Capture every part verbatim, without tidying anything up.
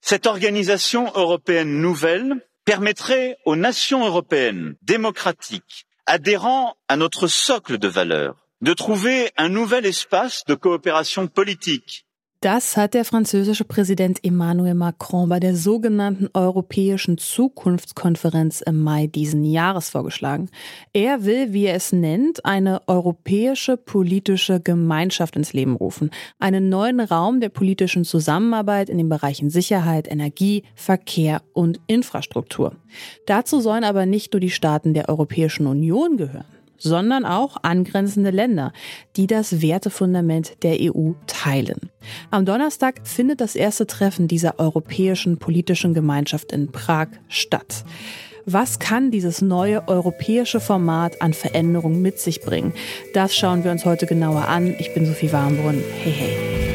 Cette organisation européenne nouvelle permettrait aux nations européennes démocratiques, adhérant à notre socle de valeurs, de trouver un nouvel espace de coopération politique. Das hat der französische Präsident Emmanuel Macron bei der sogenannten Europäischen Zukunftskonferenz im Mai diesen Jahres vorgeschlagen. Er will, wie er es nennt, eine europäische politische Gemeinschaft ins Leben rufen. Einen neuen Raum der politischen Zusammenarbeit in den Bereichen Sicherheit, Energie, Verkehr und Infrastruktur. Dazu sollen aber nicht nur die Staaten der Europäischen Union gehören, sondern auch angrenzende Länder, die das Wertefundament der E U teilen. Am Donnerstag findet das erste Treffen dieser europäischen politischen Gemeinschaft in Prag statt. Was kann dieses neue europäische Format an Veränderungen mit sich bringen? Das schauen wir uns heute genauer an. Ich bin Sophie Warmbrunn. Hey, hey.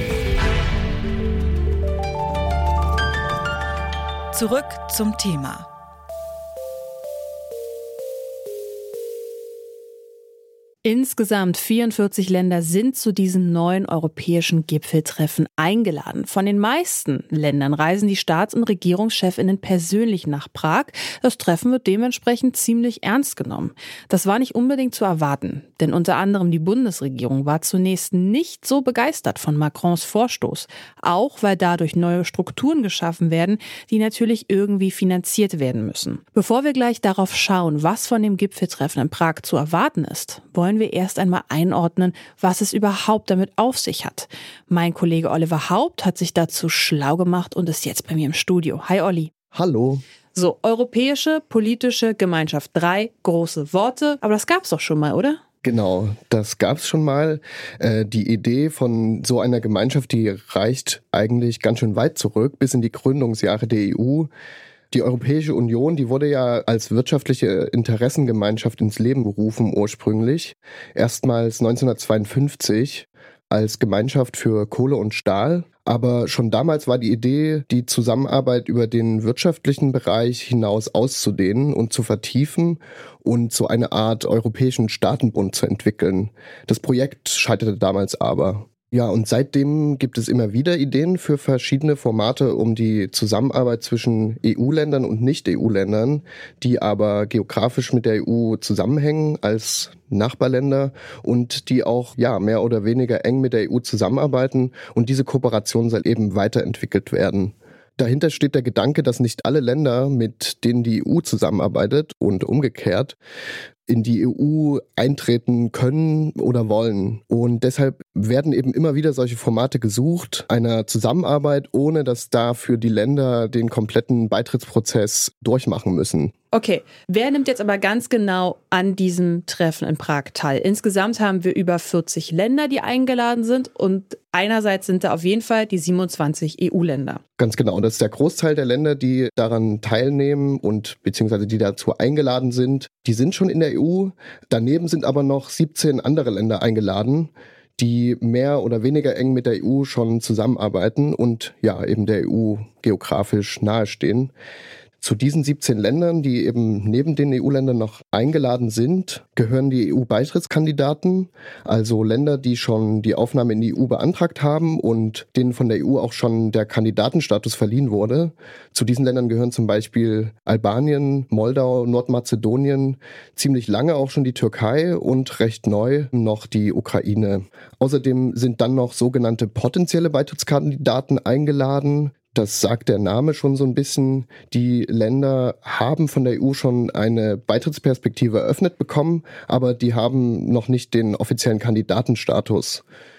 Zurück zum Thema. Insgesamt vierundvierzig Länder sind zu diesem neuen europäischen Gipfeltreffen eingeladen. Von den meisten Ländern reisen die Staats- und Regierungschefinnen persönlich nach Prag. Das Treffen wird dementsprechend ziemlich ernst genommen. Das war nicht unbedingt zu erwarten, denn unter anderem die Bundesregierung war zunächst nicht so begeistert von Macrons Vorstoß. Auch weil dadurch neue Strukturen geschaffen werden, die natürlich irgendwie finanziert werden müssen. Bevor wir gleich darauf schauen, was von dem Gipfeltreffen in Prag zu erwarten ist, wollen wir erst einmal einordnen, was es überhaupt damit auf sich hat. Mein Kollege Oliver Haupt hat sich dazu schlau gemacht und ist jetzt bei mir im Studio. Hi Olli. Hallo. So, Europäische Politische Gemeinschaft. Drei große Worte, aber das gab's doch schon mal, oder? Genau, das gab's schon mal. Äh, die Idee von so einer Gemeinschaft, die reicht eigentlich ganz schön weit zurück, bis in die Gründungsjahre der E U. Die Europäische Union, die wurde ja als wirtschaftliche Interessengemeinschaft ins Leben gerufen ursprünglich. Erstmals neunzehnhundertzweiundfünfzig als Gemeinschaft für Kohle und Stahl. Aber schon damals war die Idee, die Zusammenarbeit über den wirtschaftlichen Bereich hinaus auszudehnen und zu vertiefen und so eine Art europäischen Staatenbund zu entwickeln. Das Projekt scheiterte damals aber. Ja, und seitdem gibt es immer wieder Ideen für verschiedene Formate, um die Zusammenarbeit zwischen E U-Ländern und Nicht-E U-Ländern, die aber geografisch mit der E U zusammenhängen als Nachbarländer und die auch ja mehr oder weniger eng mit der E U zusammenarbeiten. Und diese Kooperation soll eben weiterentwickelt werden. Dahinter steht der Gedanke, dass nicht alle Länder, mit denen die E U zusammenarbeitet und umgekehrt, in die E U eintreten können oder wollen. Und deshalb werden eben immer wieder solche Formate gesucht, einer Zusammenarbeit, ohne dass dafür die Länder den kompletten Beitrittsprozess durchmachen müssen. Okay, wer nimmt jetzt aber ganz genau an diesem Treffen in Prag teil? Insgesamt haben wir über vierzig Länder, die eingeladen sind und einerseits sind da auf jeden Fall die siebenundzwanzig E U-Länder. Ganz genau, das ist der Großteil der Länder, die daran teilnehmen und beziehungsweise die dazu eingeladen sind. Die sind schon in der E U, daneben sind aber noch siebzehn andere Länder eingeladen, die mehr oder weniger eng mit der E U schon zusammenarbeiten und ja eben der E U geografisch nahestehen. Zu diesen siebzehn Ländern, die eben neben den E U-Ländern noch eingeladen sind, gehören die E U-Beitrittskandidaten, also Länder, die schon die Aufnahme in die E U beantragt haben und denen von der E U auch schon der Kandidatenstatus verliehen wurde. Zu diesen Ländern gehören zum Beispiel Albanien, Moldau, Nordmazedonien, ziemlich lange auch schon die Türkei und recht neu noch die Ukraine. Außerdem sind dann noch sogenannte potenzielle Beitrittskandidaten eingeladen. Das sagt der Name schon so ein bisschen. Die Länder haben von der E U schon eine Beitrittsperspektive eröffnet bekommen, aber die haben noch nicht den offiziellen Kandidatenstatus.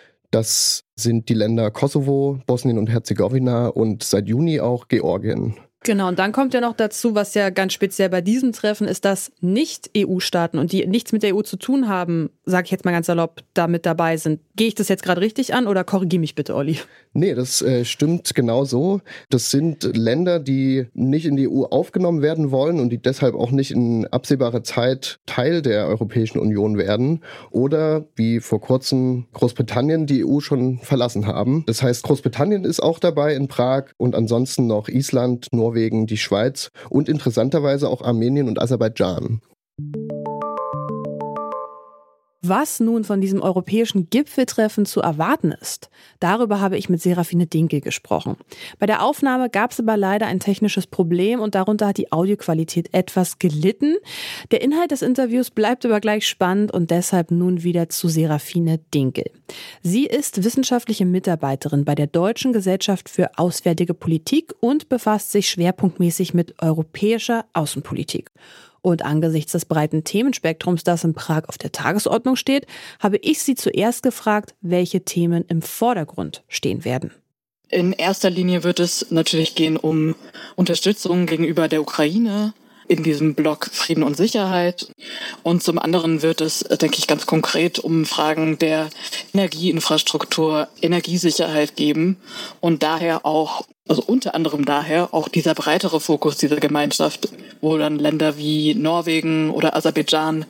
Das sind die Länder Kosovo, Bosnien und Herzegowina und seit Juni auch Georgien. Genau, und dann kommt ja noch dazu, was ja ganz speziell bei diesem Treffen ist, dass Nicht-E U-Staaten und die nichts mit der E U zu tun haben, sage ich jetzt mal ganz salopp, da mit dabei sind. Gehe ich das jetzt gerade richtig an oder korrigiere mich bitte, Olli? Nee, das äh, stimmt genau so. Das sind Länder, die nicht in die E U aufgenommen werden wollen und die deshalb auch nicht in absehbarer Zeit Teil der Europäischen Union werden oder wie vor kurzem Großbritannien die E U schon verlassen haben. Das heißt, Großbritannien ist auch dabei in Prag und ansonsten noch Island, Norwegen, die Schweiz und interessanterweise auch Armenien und Aserbaidschan. Was nun von diesem europäischen Gipfeltreffen zu erwarten ist, darüber habe ich mit Serafine Dinkel gesprochen. Bei der Aufnahme gab es aber leider ein technisches Problem und darunter hat die Audioqualität etwas gelitten. Der Inhalt des Interviews bleibt aber gleich spannend und deshalb nun wieder zu Serafine Dinkel. Sie ist wissenschaftliche Mitarbeiterin bei der Deutschen Gesellschaft für Auswärtige Politik und befasst sich schwerpunktmäßig mit europäischer Außenpolitik. Und angesichts des breiten Themenspektrums, das in Prag auf der Tagesordnung steht, habe ich sie zuerst gefragt, welche Themen im Vordergrund stehen werden. In erster Linie wird es natürlich gehen um Unterstützung gegenüber der Ukraine in diesem Block Frieden und Sicherheit. Und zum anderen wird es, denke ich, ganz konkret um Fragen der Energieinfrastruktur, Energiesicherheit geben und daher auch, also unter anderem daher auch dieser breitere Fokus dieser Gemeinschaft, wo dann Länder wie Norwegen oder Aserbaidschan,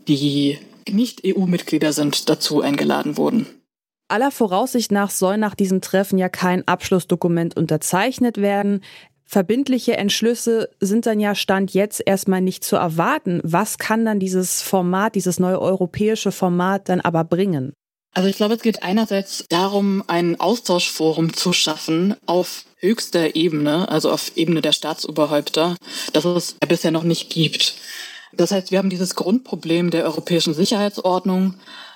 die nicht E U-Mitglieder sind, dazu eingeladen wurden. Aller Voraussicht nach soll nach diesem Treffen ja kein Abschlussdokument unterzeichnet werden. Verbindliche Entschlüsse sind dann ja Stand jetzt erstmal nicht zu erwarten. Was kann dann dieses Format, dieses neue europäische Format dann aber bringen? Also ich glaube, es geht einerseits darum, ein Austauschforum zu schaffen auf höchster Ebene, also auf Ebene der Staatsoberhäupter, das es ja bisher noch nicht gibt. Das heißt, wir haben dieses Grundproblem der europäischen Sicherheitsordnung,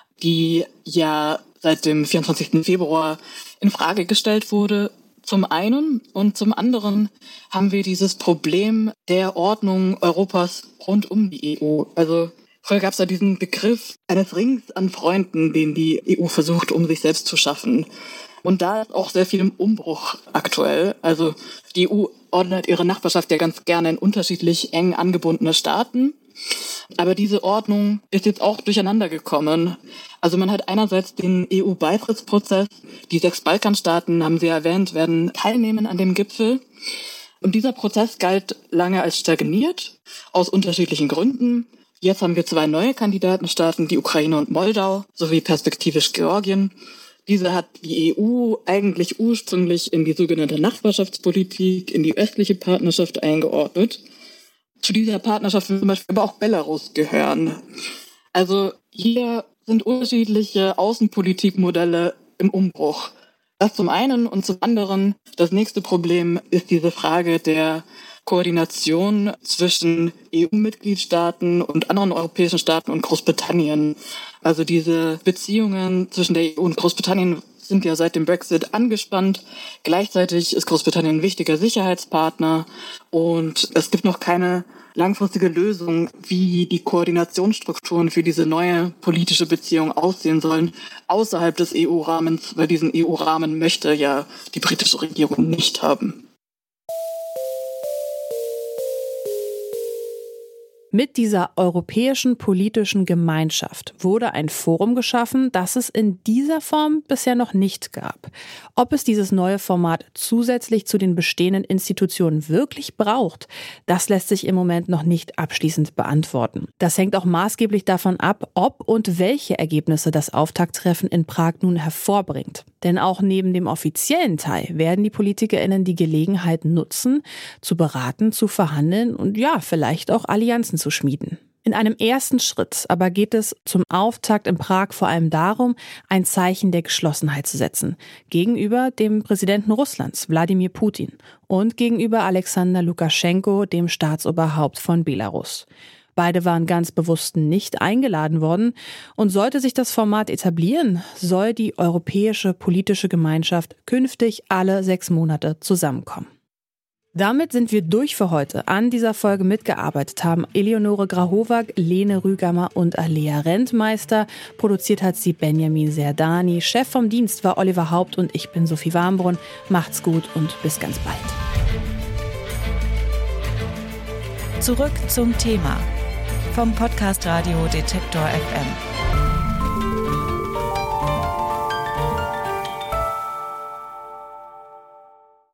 die ja seit dem vierundzwanzigsten Februar in Frage gestellt wurde, zum einen. Und zum anderen haben wir dieses Problem der Ordnung Europas rund um die E U. Also früher gab es da diesen Begriff eines Rings an Freunden, den die E U versucht, um sich selbst zu schaffen. Und da ist auch sehr viel im Umbruch aktuell. Also die E U ordnet ihre Nachbarschaft ja ganz gerne in unterschiedlich eng angebundene Staaten. Aber diese Ordnung ist jetzt auch durcheinander gekommen. Also man hat einerseits den E U-Beitrittsprozess. Die sechs Balkanstaaten, haben Sie erwähnt, werden teilnehmen an dem Gipfel. Und dieser Prozess galt lange als stagniert, aus unterschiedlichen Gründen. Jetzt haben wir zwei neue Kandidatenstaaten, die Ukraine und Moldau, sowie perspektivisch Georgien. Diese hat die E U eigentlich ursprünglich in die sogenannte Nachbarschaftspolitik, in die östliche Partnerschaft eingeordnet. Zu dieser Partnerschaft will zum Beispiel aber auch Belarus gehören. Also hier sind unterschiedliche Außenpolitikmodelle im Umbruch. Das zum einen und zum anderen, das nächste Problem ist diese Frage der Koordination zwischen E U-Mitgliedstaaten und anderen europäischen Staaten und Großbritannien. Also diese Beziehungen zwischen der E U und Großbritannien sind ja seit dem Brexit angespannt. Gleichzeitig ist Großbritannien ein wichtiger Sicherheitspartner und es gibt noch keine langfristige Lösung, wie die Koordinationsstrukturen für diese neue politische Beziehung aussehen sollen, außerhalb des E U-Rahmens, weil diesen E U-Rahmen möchte ja die britische Regierung nicht haben. Mit dieser europäischen politischen Gemeinschaft wurde ein Forum geschaffen, das es in dieser Form bisher noch nicht gab. Ob es dieses neue Format zusätzlich zu den bestehenden Institutionen wirklich braucht, das lässt sich im Moment noch nicht abschließend beantworten. Das hängt auch maßgeblich davon ab, ob und welche Ergebnisse das Auftakttreffen in Prag nun hervorbringt. Denn auch neben dem offiziellen Teil werden die PolitikerInnen die Gelegenheit nutzen, zu beraten, zu verhandeln und ja, vielleicht auch Allianzen zu schmieden. In einem ersten Schritt aber geht es zum Auftakt in Prag vor allem darum, ein Zeichen der Geschlossenheit zu setzen. Gegenüber dem Präsidenten Russlands, Wladimir Putin, und gegenüber Alexander Lukaschenko, dem Staatsoberhaupt von Belarus. Beide waren ganz bewusst nicht eingeladen worden. Und sollte sich das Format etablieren, soll die europäische politische Gemeinschaft künftig alle sechs Monate zusammenkommen. Damit sind wir durch für heute. An dieser Folge mitgearbeitet haben Eleonore Grahovac, Lene Rügammer und Alea Rentmeister. Produziert hat sie Benjamin Serdani. Chef vom Dienst war Oliver Haupt und ich bin Sophie Warmbrunn. Macht's gut und bis ganz bald. Zurück zum Thema vom Podcast Radio Detektor F M.